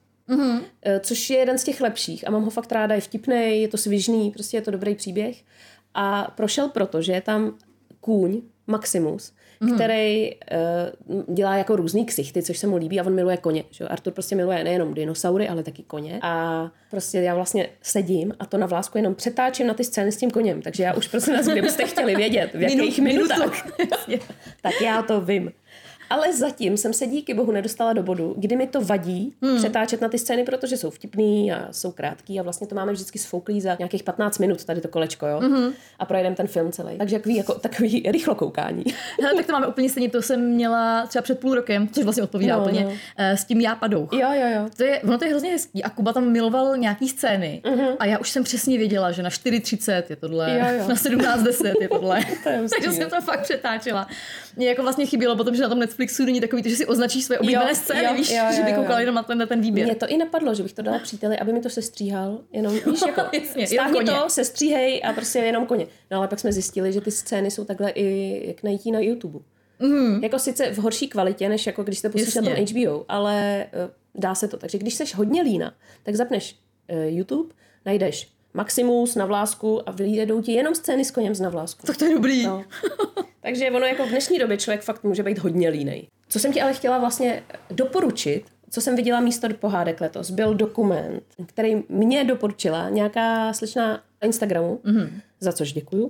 [SPEAKER 2] Což je jeden z těch lepších a mám ho fakt ráda, je vtipnej, je to svižný, prostě je to dobrý příběh. A prošel proto, že je tam kůň Maximus, který dělá jako různý ksichty, což se mu líbí a on miluje koně. Že? Artur prostě miluje nejenom dinosaury, ale taky koně. A prostě já vlastně sedím a to Na vlásku jenom přetáčím na ty scény s tím koněm. Takže já už prosím vás, kdybyste chtěli vědět, v jakých minutách, tak já to vím. Ale zatím jsem se díky bohu nedostala do bodu, kdy mi to vadí přetáčet na ty scény, protože jsou vtipný a jsou krátký a vlastně to máme vždycky sfouklý za nějakých 15 minut, tady to kolečko, jo. A projedeme ten film celý. Takže takový rychlo koukání.
[SPEAKER 3] Hele, tak to máme úplně stejně, to jsem měla třeba před půl rokem, což vlastně odpovídá úplně, s tím Já padouch.
[SPEAKER 2] Jo.
[SPEAKER 3] Ono to je hrozně hezký a Kuba tam miloval nějaký scény a já už jsem přesně věděla, že na 4:30 je tohle, na 17:10 je tohle. Takže jsem to fakt přetáčela. Mě jako vlastně chybělo potom, že na tom Netflixu není takový, že si označíš své oblíbené scény, víš, že by koukal jenom na ten výběr.
[SPEAKER 2] Mě to i napadlo, že bych to dala příteli, aby mi to sestříhal, jenom víš, jako stáhni to, sestříhej a prostě jenom koně. No ale pak jsme zjistili, že ty scény jsou takhle i jak najítí na YouTube. Jako sice v horší kvalitě, než jako když se pustíš na tom HBO, ale dá se to. Takže když seš hodně lína, tak zapneš YouTube, najdeš Maximus, Na vlásku a vyjdou ti jenom scény s koněm z Na vlásku.
[SPEAKER 3] Tak to je dobrý.
[SPEAKER 2] No. Takže ono jako v dnešní době člověk fakt může být hodně línej. Co jsem ti ale chtěla vlastně doporučit, co jsem viděla místo pohádek letos, byl dokument, který mě doporučila nějaká slečna na Instagramu, za což děkuju.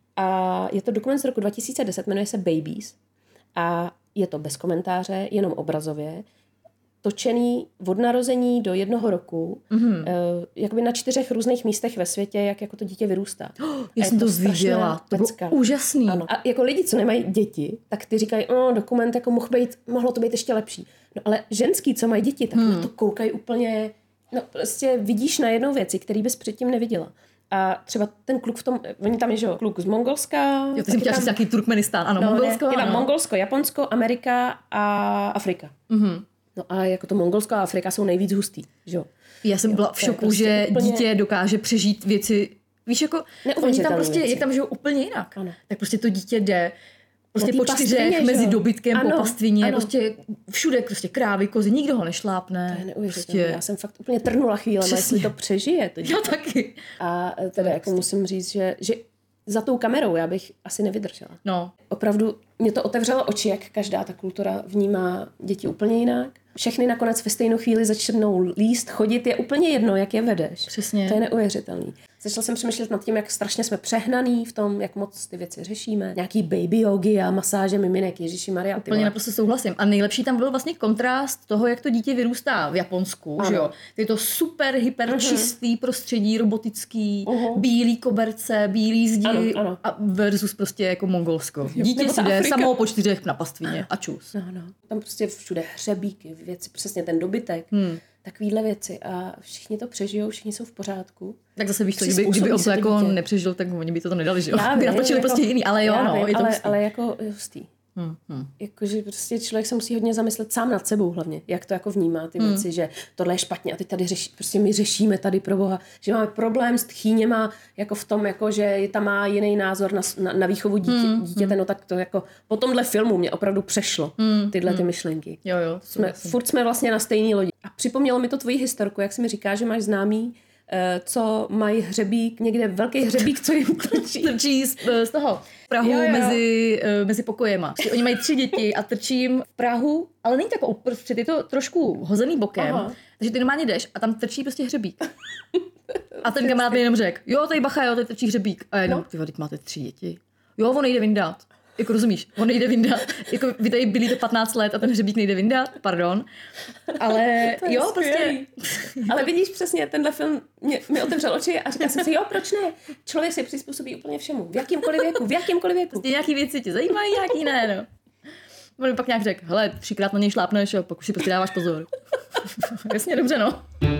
[SPEAKER 2] A je to dokument z roku 2010, jmenuje se Babies. A je to bez komentáře, jenom obrazově. Točený od narození do 1 roku, jakoby na 4 různých místech ve světě, jak jako to dítě vyrůstá.
[SPEAKER 3] Já jsem to viděla, to bylo úžasný.
[SPEAKER 2] Ano. A jako lidi, co nemají děti, tak ty říkají, dokument jako mohlo to být ještě lepší. No ale ženský, co mají děti, tak na to koukají úplně, prostě vidíš na jednou věci, který bys předtím neviděla. A třeba ten kluk v tom, oni tam je, že kluk z Mongolska.
[SPEAKER 3] Jo, ty jsi chtěla říct nějaký Turkmenistán, ano, Mongolsko.
[SPEAKER 2] Je tam Mongolsko, Japonsko, Amerika a Afrika. No a jako to Mongolsko a Afrika jsou nejvíc hustý, že jo.
[SPEAKER 3] Já jsem byla v šoku, prostě že úplně... dítě dokáže přežít věci, víš, jako oni tam prostě, jak tam žijou úplně jinak, tak prostě to dítě jde prostě po 4 mezi dobytkem, po pastvině, prostě všude prostě krávy, kozy, nikdo ho nešlápne.
[SPEAKER 2] To je neuvěřitelné. Prostě... Já jsem fakt úplně trnula chvílema, jestli to přežije. To
[SPEAKER 3] já taky.
[SPEAKER 2] A teda jako musím říct, že za tou kamerou já bych asi nevydržela.
[SPEAKER 3] No.
[SPEAKER 2] Opravdu mě to otevřelo oči, jak každá ta kultura vnímá děti úplně jinak. Všechny nakonec ve stejnou chvíli začnou líst, chodit, je úplně jedno, jak je vedeš.
[SPEAKER 3] Přesně.
[SPEAKER 2] To je neuvěřitelný. Začala jsem přemýšlet nad tím, jak strašně jsme přehnaný v tom, jak moc ty věci řešíme. Nějaký baby jogy a masáže miminek, ježišimarja.
[SPEAKER 3] Úplně naprosto souhlasím. A nejlepší tam byl vlastně kontrast toho, jak to dítě vyrůstá v Japonsku, že jo. Je to super hyper čistý prostředí, robotický, bílý koberce, bílý zdi a versus prostě jako Mongolsko. Dítě si jde samo po 4 na pastvině a čus.
[SPEAKER 2] No. Tam prostě všude hřebíky, věci, přesně ten dobytek. Takovýhle věci a všichni to přežijou, všichni jsou v pořádku.
[SPEAKER 3] Tak zase víš to, kdyby on to jako nepřežil, tak oni by to nedali, že jo? By natočili prostě jiný, ale jo,
[SPEAKER 2] ale jako hustý. Jakože prostě člověk se musí hodně zamyslet sám nad sebou hlavně, jak to jako vnímá ty věci, že tohle je špatně a teď tady prostě my řešíme tady pro Boha, že máme problém s tchýněma jako v tom, jako že tam má jiný názor na výchovu dítěte, no tak to jako po tomhle filmu mě opravdu přešlo tyhle ty myšlenky.
[SPEAKER 3] Jo,
[SPEAKER 2] furt jsme vlastně na stejné lodi. A připomnělo mi to tvoji historku, jak jsi mi říká, že máš známý, co mají hřebík, někde velký hřebík, co jim
[SPEAKER 3] trčí z toho prahu mezi pokojema. Oni mají 3 děti a trčí jim v prahu, ale není tak uprostřed, je to trošku hozený bokem, takže ty normálně jdeš a tam trčí prostě hřebík. A ten kamarád mi jenom řekl, jo, tady bacha, jo, tady trčí hřebík. A jenom, ty teď máte 3 děti. Jo, on nejde vyndat. Jako rozumíš, on nejde vyndat. Jako vy tady byli to 15 let a ten hřebík nejde vyndat, pardon. Ale jo, prostě.
[SPEAKER 2] Ale vidíš přesně, tenhle film mi otevřel oči a říkala jsem si, jo, proč ne? Člověk se přizpůsobí úplně všemu. V jakémkoliv věku.
[SPEAKER 3] Prostě nějaký věci tě zajímají, nějaký ne, no. On mi pak nějak řekl, hele, 3krát na něj šlápneš a pak už si prostě dáváš pozor. Jasně, dobře, no.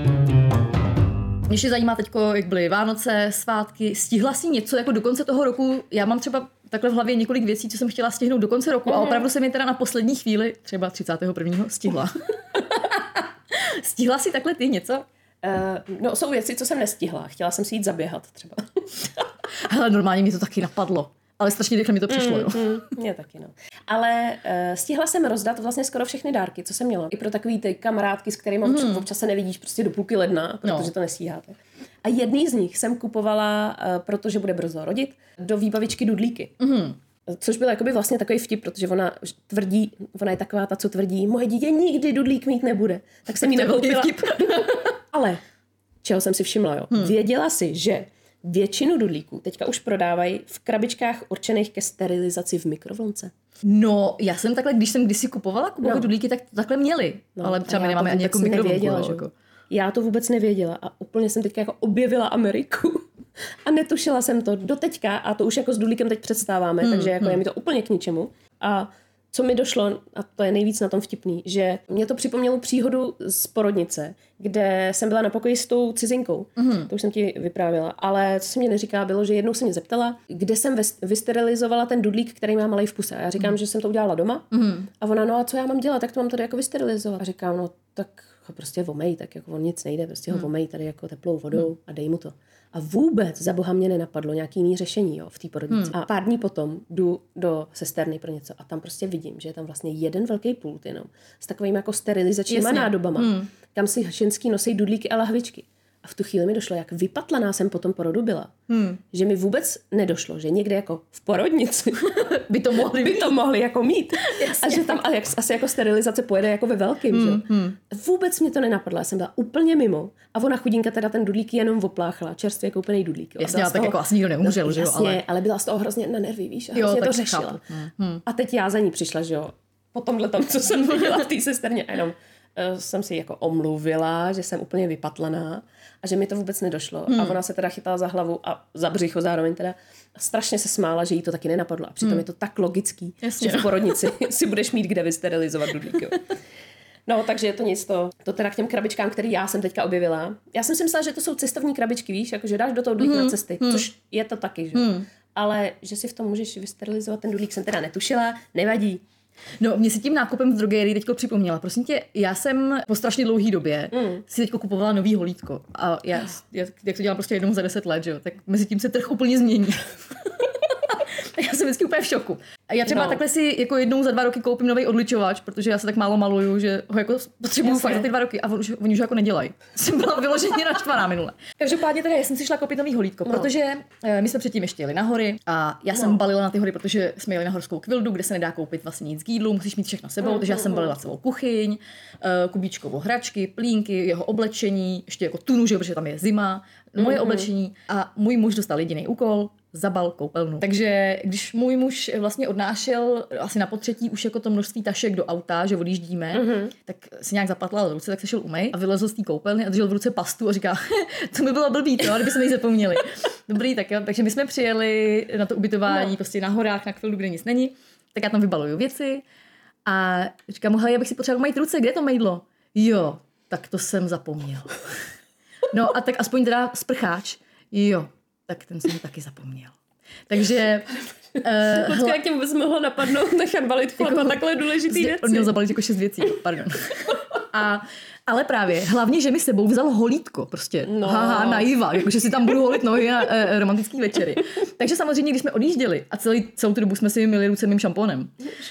[SPEAKER 3] Mě ještě zajímá teďko, jak byly Vánoce, svátky. Stihla jsi něco jako do konce toho roku? Já mám třeba takhle v hlavě několik věcí, co jsem chtěla stihnout do konce roku a opravdu jsem je teda na poslední chvíli, třeba 31. stihla. Stihla jsi takhle ty něco?
[SPEAKER 2] No jsou věci, co jsem nestihla. Chtěla jsem si jít zaběhat třeba.
[SPEAKER 3] Hele, normálně mi to taky napadlo. Ale strašně rychle mi to přišlo, jo.
[SPEAKER 2] Mně taky, no. Ale stihla jsem rozdat vlastně skoro všechny dárky, co jsem měla. I pro takový ty kamarádky, s kterými občas se nevidíš prostě do půlky ledna, protože to nestíháte. A jedný z nich jsem kupovala, protože bude brzo rodit, do výbavičky dudlíky. Což byl jakoby vlastně takový vtip, protože ona je taková ta, co tvrdí, moje dítě nikdy dudlík mít nebude. Tak jsem jí nekoupila. Ale čeho jsem si všimla, jo. Věděla si, že většinu dudlíků teďka už prodávají v krabičkách určených ke sterilizaci v mikrovlnce.
[SPEAKER 3] No, já jsem takhle, když jsem kdysi kupovala dudlíky, tak to takhle měli. No, ale třeba my nemáme ani jako mikrovlnku. Jako.
[SPEAKER 2] Já to vůbec nevěděla a úplně jsem teďka jako objevila Ameriku. A netušila jsem to do teďka a to už jako s dudlíkem teď předstáváme, takže jako je mi to úplně k ničemu. A co mi došlo, a to je nejvíc na tom vtipný, že mě to připomnělo příhodu z porodnice, kde jsem byla na pokoji s tou cizinkou. To už jsem ti vyprávěla. Ale co se mě neříká, bylo, že jednou se mě zeptala, kde jsem vysterilizovala ten dudlík, který má malej v puse. A já říkám, že jsem to udělala doma. A ona, no a co já mám dělat, tak to mám tady jako vysterilizovat. A říkám, no tak ho prostě vomej, tak jako on nic nejde, prostě ho vomej tady jako teplou vodou a dej mu to. A vůbec za boha mě nenapadlo nějaký jiný řešení, jo, v té porodnici. A pár dní potom jdu do sestérny pro něco a tam prostě vidím, že je tam vlastně jeden velký pult jenom s takovými jako sterilizačníma nádobama, kam si ženský nosí dudlíky a lahvičky. A v tu chvíli mi došlo, jak vypatlaná jsem po tom porodu byla. Že mi vůbec nedošlo, že někde jako v porodnici by to mohli jako mít. Jasně. A že tam asi jako sterilizace pojede jako ve velkým. Že? Vůbec mě to nenapadlo. Já jsem byla úplně mimo. A ona chudinka teda ten dudlík jenom opláchla. Čerstvě koupený dudlík. Jo.
[SPEAKER 3] Jasně, tak jako asi nikdo neumřel, že jo?
[SPEAKER 2] Ale byla z toho hrozně na nervy, víš? A hrozně to řešila. A teď já za ní přišla, že jo? Po tomhle tom, co jsem viděla v té sesterně. A jenom jsem si jako omluvila, že jsem úplně vypatlaná a že mi to vůbec nedošlo. A ona se teda chytala za hlavu a za břicho zároveň teda. Strašně se smála, že jí to taky nenapadlo. A přitom je to tak logický, že v porodnici si budeš mít kde vysterilizovat dudlík. No, takže je to nic, to teda k těm krabičkám, který já jsem teďka objevila. Já jsem si myslela, že to jsou cestovní krabičky, víš, jakože dáš do toho dudlík na cesty, což je to taky, že? Ale že si v tom můžeš vysterilizovat ten dudlík, jsem teda netušila, nevadí.
[SPEAKER 3] No, mě si tím nákupem v drogerii teďko připomněla. Prosím tě, já jsem po strašně dlouhé době si teďko kupovala nový holítko. A já jak to dělám prostě jednou za 10 let, že jo, tak mezi tím se trh úplně změní. Já jsem vždycky úplně v šoku. A já třeba takhle si jako jednou za 2 roky koupím nový odličovač, protože já se tak málo maluju, že ho jako potřebuju fakt za ty 2 roky a oni už jako nedělají. Jsem byla vyloženě naštvaná minule. Každopádně teda já jsem si šla koupit nový holítko, protože my jsme předtím ještě jeli na hory a já jsem balila na ty hory, protože jsme jeli na horskou kvildu, kde se nedá koupit vlastně nic k jídlu, musíš mít všechno sebou, takže já jsem balila celou kuchyň, Kubíčkovo hračky, plínky, jeho oblečení, ještě jako tunu, že protože tam je zima, moje oblečení a můj muž dostal jediný úkol, zabal koupelnu. Takže když můj muž vlastně odnášel asi na potřetí už jako to množství tašek do auta, že odjíždíme, tak si nějak zapatlal ruce, tak se šel umej a vylezl z té koupelny a držel v ruce pastu a říká, to by bylo blbý, to, kdyby jsme ji zapomněli. Dobrý, tak jo. Takže my jsme přijeli na to ubytování prostě na horách, na kvildu, kde nic není, tak já tam vybaluju věci a říkám mu, hele, já bych si potřeboval mít ruce, kde je to mejdlo? Jo, tak to jsem zapomněl. No a tak aspoň teda sprcháč. Jo, tak ten jsem taky zapomněl. Takže...
[SPEAKER 2] Počkej, jak tě vůbec mohlo napadnout nechat balit jako takhle důležitý věci.
[SPEAKER 3] On měl zabalit jako 6 věcí, pardon. Ale právě, hlavně, že mi sebou vzal holítko, prostě. Haha, naiva, jakože si tam budu holit nohy na romantický večery. Takže samozřejmě, když jsme odjížděli a celou tu dobu jsme si myli ruce mým šampónem,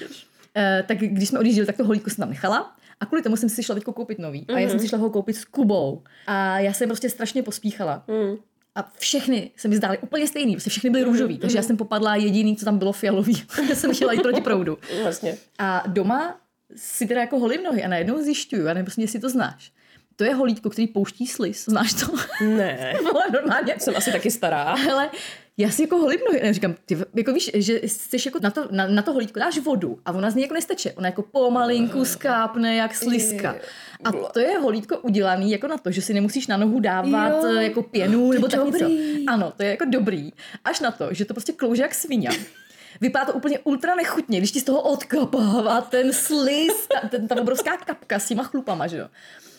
[SPEAKER 3] tak když jsme odjížděli, tak to holítko jsem tam nechala. A kvůli tomu jsem si šla teďko koupit nový. A já jsem si šla ho koupit s Kubou. A já jsem prostě strašně pospíchala. A všechny se mi zdály úplně stejný. Prostě všechny byly růžový. Takže já jsem popadla jediný, co tam bylo fialový. Já jsem chtěla jít proti proudu.
[SPEAKER 2] Vlastně.
[SPEAKER 3] A doma si teda jako holím nohy a najednou zjišťuju, já nevím, prostě, jestli to znáš. To je holítko, který pouští sliz. Znáš to?
[SPEAKER 2] Ne.
[SPEAKER 3] Ale normálně.
[SPEAKER 2] Jsem asi taky stará.
[SPEAKER 3] Ale já si jako holím nohy. Říkám, ty, jako víš, že jsi jako na to holítko dáš vodu a ona z něj jako nesteče. Ona jako pomalinku skápne jak slizka. A to je holítko udělaný jako na to, že si nemusíš na nohu dávat jako pěnu nebo tak něco. Ano, to je jako dobrý. Až na to, že to prostě klouže jak svině. Vypadá to úplně ultra nechutně, když ti z toho odkapává ten sliz, ta obrovská kapka s těma chlupama, že jo.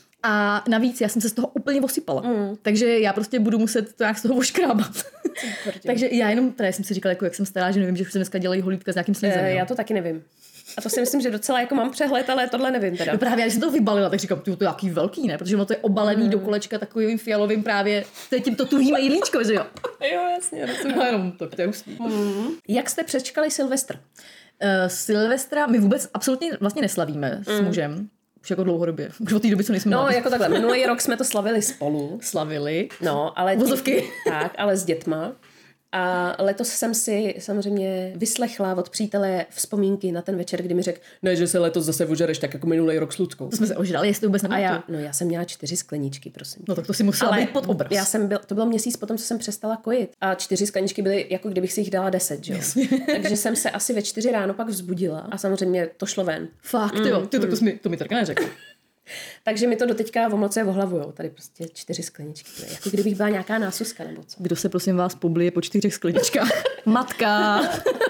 [SPEAKER 3] A navíc já jsem se z toho úplně osypala. Takže já prostě budu muset to nějak z toho oškrábat. Takže já jenom, teda jsem si říkala, jako jak jsem stará, že nevím, že už se dneska dělají holítka s nějakým slizem.
[SPEAKER 2] Já to taky nevím. A to si myslím, že docela jako mám přehled, ale tohle nevím teda.
[SPEAKER 3] No právě, když jsem to vybalila, tak říkám, to je jaký velký, ne? Protože ono to je obalený do kolečka takovým fialovým právě tímto tuhým jílíčko, že jo?
[SPEAKER 2] Jo, jasně.
[SPEAKER 3] No jenom to je ústý.
[SPEAKER 2] Jak jste přečkali Silvestr?
[SPEAKER 3] Silvestra my vůbec absolutně vlastně neslavíme s mužem. Už jako dlouhodobě. Už od té doby, co nejsme
[SPEAKER 2] mladí. Jako takhle. Minulý rok jsme to slavili spolu. No, ale tak, ale s dětma. A letos jsem si samozřejmě vyslechla od přítele vzpomínky na ten večer, kdy mi řekl, ne, že se letos zase ožereš tak jako minulý rok s Luckou.
[SPEAKER 3] To jsme se ožrali, jestli vůbec
[SPEAKER 2] nepamatuju. Já jsem měla 4 skleničky, prosím.
[SPEAKER 3] No tak to si musela být pod obraz.
[SPEAKER 2] To bylo měsíc potom, co jsem přestala kojit. A 4 skleničky byly, jako kdybych si jich dala 10, že jo. Takže jsem se asi ve 4 ráno pak vzbudila a samozřejmě to šlo ven.
[SPEAKER 3] Fakt, jo. To mi tak neřekl.
[SPEAKER 2] Takže mi to doteďka v omloce ohlavujou. Tady prostě 4 skleničky. Jako kdybych byla nějaká násuska nebo co.
[SPEAKER 3] Kdo se prosím vás poblije po 4 skleničkách? Matka!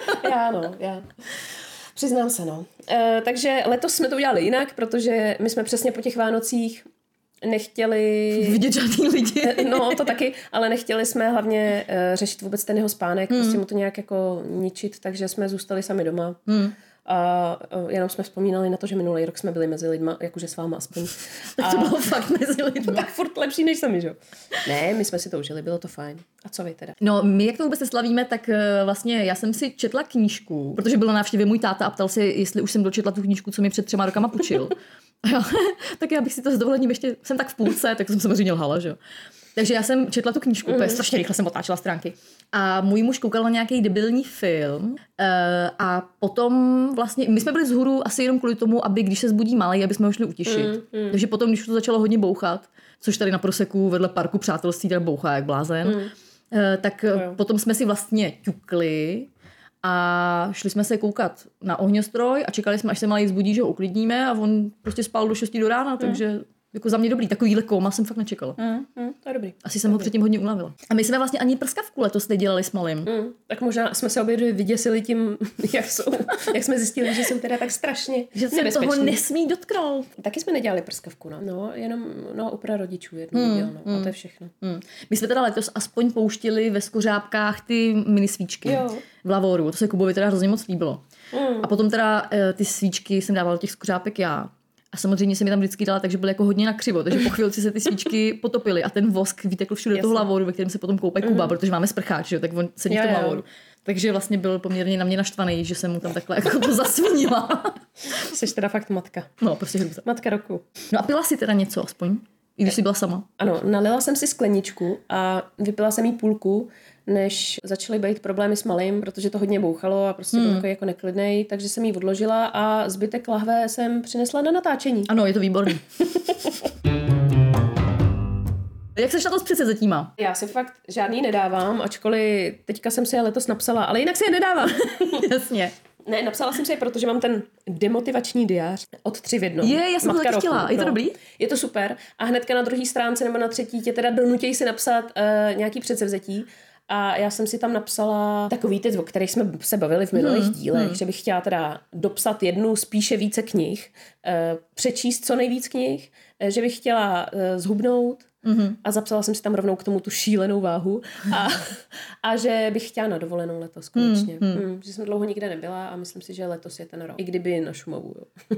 [SPEAKER 2] Já. Přiznám se, no. Takže letos jsme to udělali jinak, protože my jsme přesně po těch Vánocích nechtěli...
[SPEAKER 3] Vidět žádný lidi.
[SPEAKER 2] No, to taky, ale nechtěli jsme hlavně řešit vůbec ten jeho spánek, prostě mu to nějak jako ničit, takže jsme zůstali sami doma. A jenom jsme vzpomínali na to, že minulý rok jsme byli mezi lidma, jakože s váma aspoň.
[SPEAKER 3] Tak to bylo fakt mezi lidma.
[SPEAKER 2] Tak furt lepší než sami, že jo? Ne, my jsme si to užili, bylo to fajn. A co vy teda?
[SPEAKER 3] No, my jak to vůbec neslavíme, tak vlastně já jsem si četla knížku, protože byl na návštěvě můj táta a ptal se, jestli už jsem dočetla tu knížku, co mi před 3 rokama půjčil. Tak já bych si to s dovolením ještě, jsem tak v půlce, tak jsem samozřejmě lhala, že jo. Takže já jsem četla tu knížku, strašně rychle jsem otáčela stránky. A můj muž koukal na nějaký debilní film a potom vlastně, my jsme byli vzhůru asi jenom kvůli tomu, aby když se zbudí malej, aby jsme ho šli utišit. Takže potom, když to začalo hodně bouchat, což tady na Proseku vedle parku přátelství teda bouchá jak blázen, tak potom jsme si vlastně ťukli a šli jsme se koukat na ohňostroj a čekali jsme, až se malej zbudí, že ho uklidníme a on prostě spal do 6 do rána, takže jako za mě dobrý. Takovýhle kóma jsem fakt nečekala.
[SPEAKER 2] To je dobrý.
[SPEAKER 3] Asi jsem ho předtím hodně unavila. A my jsme vlastně ani prskavku letos nedělali s malým.
[SPEAKER 2] Tak možná jsme se obě vyděsili tím, jak jsme zjistili, že jsou teda tak strašně
[SPEAKER 3] že se toho nesmí dotknout.
[SPEAKER 2] Taky jsme nedělali prskavku, no jenom u prarodičů jednou dělal, a to je všechno.
[SPEAKER 3] My jsme teda letos aspoň pouštili ve skořápkách ty mini svíčky v Lavoru. To se Kubovi teda hrozně moc líbilo. A potom teda ty svíčky jsem dávala těch skořápek já. A samozřejmě jsem je tam vždycky dala, takže byly jako hodně nakřivo, takže po chvíli se ty svíčky potopily a ten vosk vytekl všude do toho lavoru, ve kterém se potom koupe Kuba, protože máme sprcháč, že? Tak on sedí v tom lavoru. Takže vlastně byl poměrně na mě naštvaný, že jsem mu tam takhle jako to zasvinila.
[SPEAKER 2] Jsi teda fakt matka.
[SPEAKER 3] No, prostě hrůza.
[SPEAKER 2] Matka roku.
[SPEAKER 3] No a pila si teda něco aspoň, i když jsi byla sama?
[SPEAKER 2] Ano, nalila jsem si skleničku a vypila jsem jí půlku, než začaly být problémy s malým, protože to hodně bouchalo a prostě byl takový jako neklidnej, takže jsem jí odložila a zbytek lahve jsem přinesla na natáčení.
[SPEAKER 3] Ano, je to výborný. Jak seš na to s předsevzetíma?
[SPEAKER 2] Já si fakt žádný nedávám, ačkoliv teďka jsem si je letos napsala, ale jinak si je nedávám.
[SPEAKER 3] Jasně.
[SPEAKER 2] Ne, napsala jsem si je, protože mám ten demotivační diář od 3 v 1.
[SPEAKER 3] Já jsem to taky chtěla. Je to dobrý?
[SPEAKER 2] Je to super. A hnedka na druhé stránce nebo na třetí tě teda donutěj si napsat nějaký předsevzetí. A já jsem si tam napsala takový ty, o kterých jsme se bavili v minulých dílech, že bych chtěla teda dopsat jednu, spíše více knih, přečíst co nejvíc knih, že bych chtěla zhubnout a zapsala jsem si tam rovnou k tomu tu šílenou váhu a že bych chtěla na dovolenou letos konečně. Že jsem dlouho nikde nebyla a myslím si, že letos je ten rok. I kdyby na Šumavu.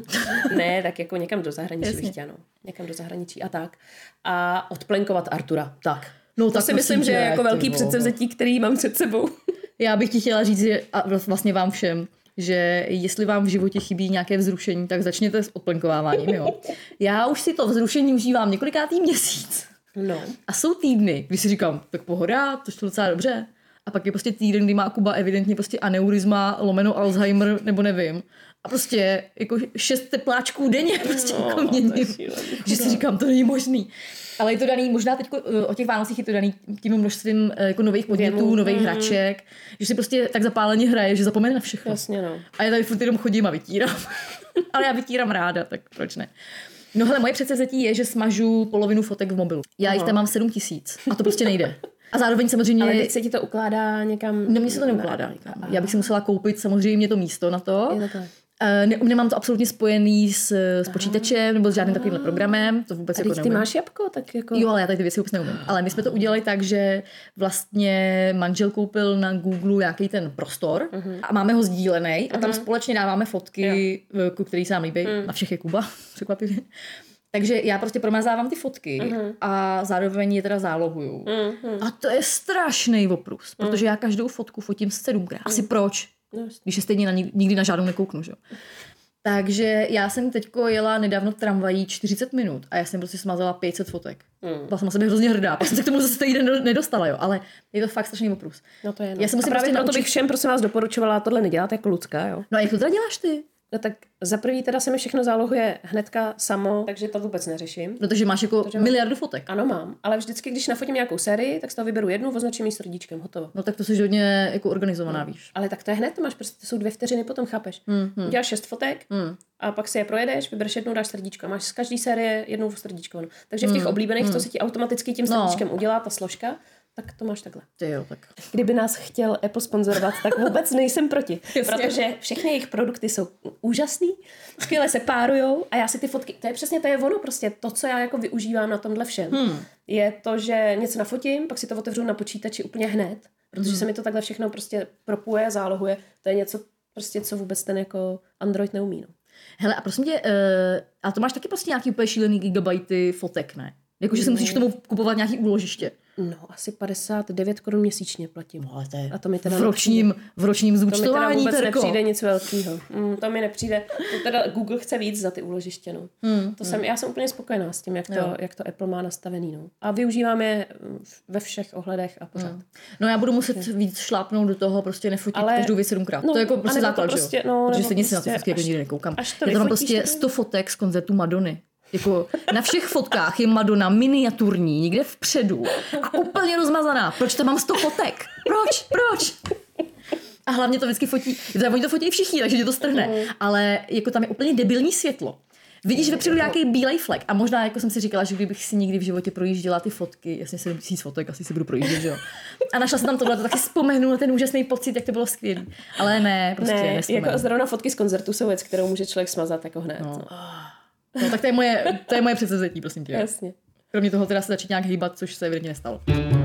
[SPEAKER 2] Ne, tak jako někam do zahraničí bych chtěla. Někam do zahraničí a tak. A odplenkovat Artura. Tak.
[SPEAKER 3] No,
[SPEAKER 2] to si myslím, že je jako velký předsevzetí, který mám před sebou.
[SPEAKER 3] Já bych ti chtěla říct, že a vlastně vám všem, že jestli vám v životě chybí nějaké vzrušení, tak začněte s odplenkováváním. Jo. Já už si to vzrušení užívám několikátý měsíc.
[SPEAKER 2] No.
[SPEAKER 3] A jsou týdny, kdy si říkám, tak pohoda, to šlo docela dobře. A pak je prostě týden, kdy má Kuba evidentně prostě aneurizma, lomeno Alzheimer, nebo nevím. A prostě jako 6 tepláčků denně prostě jako měním. Že si říkám, to není možný. Ale je to daný, možná teď o těch Vánocích je to daný tím množstvím jako nových podnětů, nových hraček, že si prostě tak zapáleně hraje, že zapomene na všechno.
[SPEAKER 2] Jasně, no.
[SPEAKER 3] A já tady furt jenom chodím a vytírám. Ale já vytírám ráda, tak proč ne? No hele, moje předsevzetí je, že smažu polovinu fotek v mobilu. Já jich tam mám 7000 a to prostě nejde. A zároveň samozřejmě...
[SPEAKER 2] Ale teď se ti to ukládá někam...
[SPEAKER 3] No, mně se to neukládá někam. Já bych si musela koupit samozřejmě to místo na to. Nemám to absolutně spojený s počítačem nebo s žádným takovýmhle programem. To vůbec jako
[SPEAKER 2] ty máš jabko, tak jako...
[SPEAKER 3] Jo, ale já tady ty věci vůbec neumím. Ale my jsme to udělali tak, že vlastně manžel koupil na Google nějaký ten prostor a máme ho sdílený a tam společně dáváme fotky, které se nám líbí. Na všech je Kuba, překvapivě. Takže já prostě promazávám ty fotky a zároveň je teda zálohuju. A to je strašný oprus, protože já každou fotku fotím 7krát. Asi proč? Když se stejně nikdy na žádnou nekouknu, že? Takže já jsem teďko jela nedávno tramvají 40 minut a já jsem prostě smazala 500 fotek. Byla jsem na sebe hrozně hrdá, pak jsem se k tomu zase den nedostala, jo, ale je to fakt strašný oprus.
[SPEAKER 2] No to je, no.
[SPEAKER 3] Já se musím
[SPEAKER 2] a právě
[SPEAKER 3] prostě
[SPEAKER 2] proto bych všem, prosím vás, doporučovala tohle nedělat jako Lucka, jo.
[SPEAKER 3] No a jak to teda děláš ty?
[SPEAKER 2] No tak za prvý teda se mi všechno zálohuje hnedka samo, takže to vůbec neřeším.
[SPEAKER 3] No takže máš jako miliardu fotek.
[SPEAKER 2] Ano, mám, ale vždycky, když nafotím nějakou sérii, tak z toho vyberu jednu, označím ji srdíčkem, hotovo.
[SPEAKER 3] No tak to jsi hodně jako organizovaná, víš.
[SPEAKER 2] Ale tak to je hned, to máš prostě, to jsou 2 vteřiny, potom chápeš. Uděláš 6 fotek a pak si je projedeš, vybereš jednu, dáš srdíčko. Máš z každé série jednou srdíčko. No. Takže v těch oblíbených, co se ti automaticky tím srdíčkem udělá ta složka, tak to máš takhle.
[SPEAKER 3] Ty jo, tak.
[SPEAKER 2] Kdyby nás chtěl Apple sponzorovat, tak vůbec nejsem proti. Protože všechny jejich produkty jsou úžasný, skvěle se párujou a já si ty fotky, to je ono prostě, to, co já jako využívám na tomhle všem, je to, že něco nafotím, pak si to otevřu na počítači úplně hned, protože se mi to takhle všechno prostě propuje, zálohuje. To je něco prostě, co vůbec ten jako Android neumí. No.
[SPEAKER 3] Hele, a prosím tě, a to máš taky prostě nějaký úplně šílený gigabajty fotek, ne? Jakože si musíš k tomu kupovat nějaký úložiště.
[SPEAKER 2] No, asi 59 korun měsíčně platím.
[SPEAKER 3] No, ale to je
[SPEAKER 2] a to mi teda
[SPEAKER 3] v ročním zúčtování,
[SPEAKER 2] to mi teda vůbec
[SPEAKER 3] Terko.
[SPEAKER 2] nepřijde nic velkýho. To mi nepřijde. To teda Google chce víc za ty úložiště, no. Já jsem úplně spokojená s tím, jak to Apple má nastavený, no. A využívám je ve všech ohledech a pořád.
[SPEAKER 3] No já budu muset víc šlápnout do toho, prostě nefotit každou věc 7krát.
[SPEAKER 2] No,
[SPEAKER 3] to je jako prostě základ,
[SPEAKER 2] prostě,
[SPEAKER 3] že jo? Protože stejně si na ty fotky jako
[SPEAKER 2] až,
[SPEAKER 3] nikdy nekoukám.
[SPEAKER 2] Je
[SPEAKER 3] to tam prostě 100 fotek z koncertu Madony. Jako na všech fotkách je Madonna miniaturní, někde vpředu a úplně rozmazaná. Proč tam mám 100 fotek? Proč? A hlavně to vždycky fotí, oni to fotí všichni, takže tě to strhne. Ale jako tam je úplně debilní světlo. Vidíš vepředu nějaký bílej flek a možná jako jsem si říkala, že kdybych si někdy v životě projížděla ty fotky, jasně 7000 fotek, asi si budu projíždět, že jo. A našla jsem tam tohle, to taky vzpomenu na ten úžasný pocit, jak to bylo skvělý. Ale ne, prostě nevzpomenu.
[SPEAKER 2] Jako zrovna fotky z koncertu jsou věc, kterou může člověk smazat jako hned.
[SPEAKER 3] No tak to je moje předsevzetí, prosím tě.
[SPEAKER 2] Jasně.
[SPEAKER 3] Kromě toho teda se začít nějak hýbat, což se evidentně nestalo.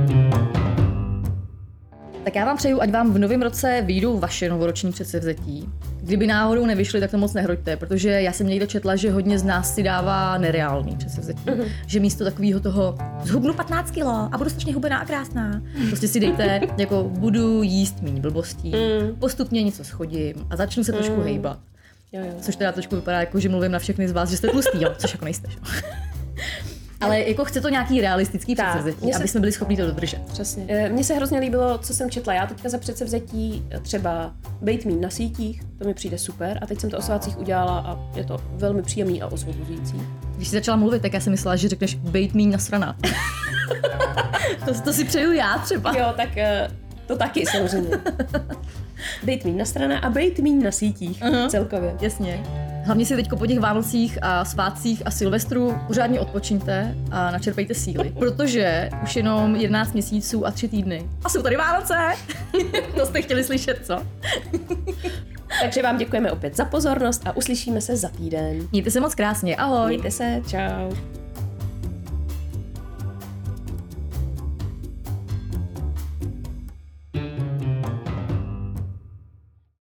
[SPEAKER 3] Tak já vám přeju, ať vám v novém roce vyjdou vaše novoroční předsevzetí. Kdyby náhodou nevyšly, tak to moc nehroďte, protože já jsem někde četla, že hodně z nás si dává nereálný předsevzetí. Že místo takového toho zhubnu 15 kilo a budu strašně hubená a krásná. Prostě si dejte, jako budu jíst méně blbostí, postupně něco schodím a začnu se trošku hejbat.
[SPEAKER 2] Jo.
[SPEAKER 3] Což teda trošku vypadá jako, že mluvím na všechny z vás, že jste tlustý, jo? Což jako nejste. Ale jako chce to nějaký realistický předsevzetí, aby jsme byli schopni to dodržet.
[SPEAKER 2] Přesně. Mně se hrozně líbilo, co jsem četla já teďka za předsevzetí, třeba bejt míň na sítích, to mi přijde super a teď jsem to o svátcích udělala a je to velmi příjemný a osvobozující.
[SPEAKER 3] Když jsi začala mluvit, tak já jsem myslela, že řekneš bejt míň nasraná. to si přeju já třeba.
[SPEAKER 2] Jo, tak to taky samozřejmě. Bejt míň na strana a bejt míň na sítích celkově.
[SPEAKER 3] Jasně. Hlavně si teďko po těch Vánocích a svátcích a Silvestru pořádně odpočiňte a načerpejte síly. Protože už jenom 11 měsíců a 3 týdny. A jsou tady Vánoce! To jste chtěli slyšet, co?
[SPEAKER 2] Takže vám děkujeme opět za pozornost a uslyšíme se za týden.
[SPEAKER 3] Mějte se moc krásně, ahoj!
[SPEAKER 2] Mějte se, čau.